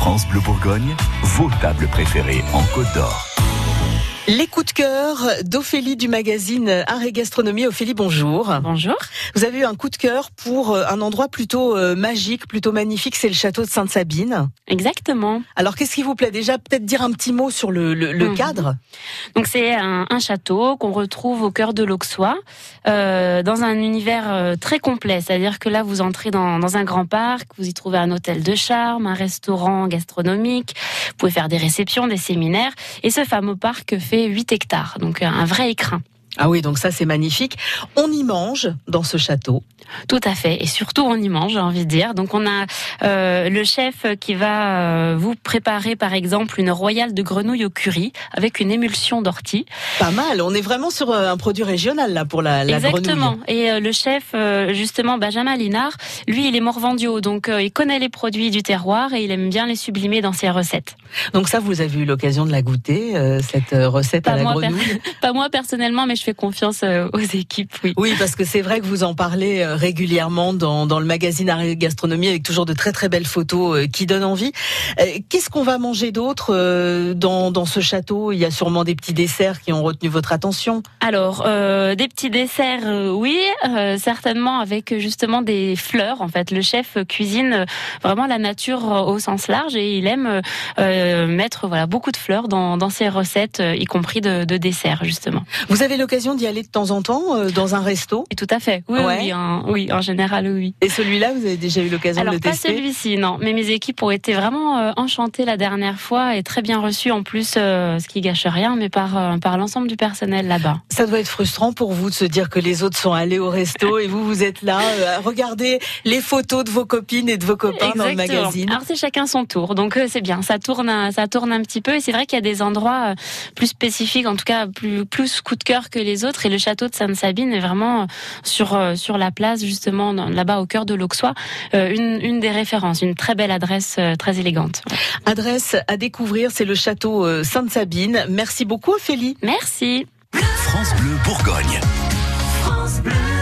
France Bleu Bourgogne, vos tables préférées en Côte d'Or. Les coups de cœur d'Ophélie du magazine Art et Gastronomie. Ophélie, bonjour. Bonjour. Vous avez eu un coup de cœur pour un endroit plutôt magique, plutôt magnifique, c'est le château de Sainte-Sabine. Exactement. Alors, qu'est-ce qui vous plaît? Déjà, peut-être dire un petit mot sur le cadre. Donc, c'est un château qu'on retrouve au cœur de l'Auxois, dans un univers très complet. C'est-à-dire que là, vous entrez dans un grand parc, vous y trouvez un hôtel de charme, un restaurant gastronomique, vous pouvez faire des réceptions, des séminaires, et ce fameux parc fait 8 hectares, donc un vrai écrin. Ah oui, donc ça c'est magnifique. On y mange dans ce château. Tout à fait, et surtout on y mange, j'ai envie de dire. Donc on a le chef qui va vous préparer par exemple une royale de grenouille au curry avec une émulsion d'ortie. Pas mal, on est vraiment sur un produit régional là pour la grenouille. Exactement, et le chef justement Benjamin Linard, lui il est morvandiau, donc il connaît les produits du terroir et il aime bien les sublimer dans ses recettes. Donc ça vous avez eu l'occasion de la goûter, cette recette à la grenouille? Pas moi personnellement, mais je fais confiance aux équipes, oui. Oui, parce que c'est vrai que vous en parlez régulièrement dans le magazine Art et Gastronomie avec toujours de très très belles photos qui donnent envie. Qu'est-ce qu'on va manger d'autre dans ce château? Il y a sûrement des petits desserts qui ont retenu votre attention. Alors, des petits desserts, oui, certainement avec justement des fleurs. En fait, le chef cuisine vraiment la nature au sens large et il aime mettre beaucoup de fleurs dans ses recettes, y compris de desserts justement. Vous avez l'occasion d'y aller de temps en temps dans un resto? Et tout à fait. Oui, ouais. Oui, en général, oui. Et celui-là, vous avez déjà eu l'occasion de le tester? Alors, pas celui-ci, non. Mais mes équipes ont été vraiment enchantées la dernière fois et très bien reçues en plus, ce qui gâche rien, mais par l'ensemble du personnel là-bas. Ça doit être frustrant pour vous de se dire que les autres sont allés au resto et vous êtes là à regarder les photos de vos copines et de vos copains. Exactement. Dans le magazine. Alors, c'est chacun son tour. Donc, c'est bien. Ça tourne un petit peu. Et c'est vrai qu'il y a des endroits plus spécifiques, en tout cas, plus coup de cœur que les autres. Et le château de Sainte-Sabine est vraiment sur la place, justement, là-bas au cœur de l'Auxois, une des références, une très belle adresse, très élégante. Adresse à découvrir, c'est le château Sainte-Sabine. Merci beaucoup, Ophélie. Merci. France Bleu Bourgogne. France Bleu.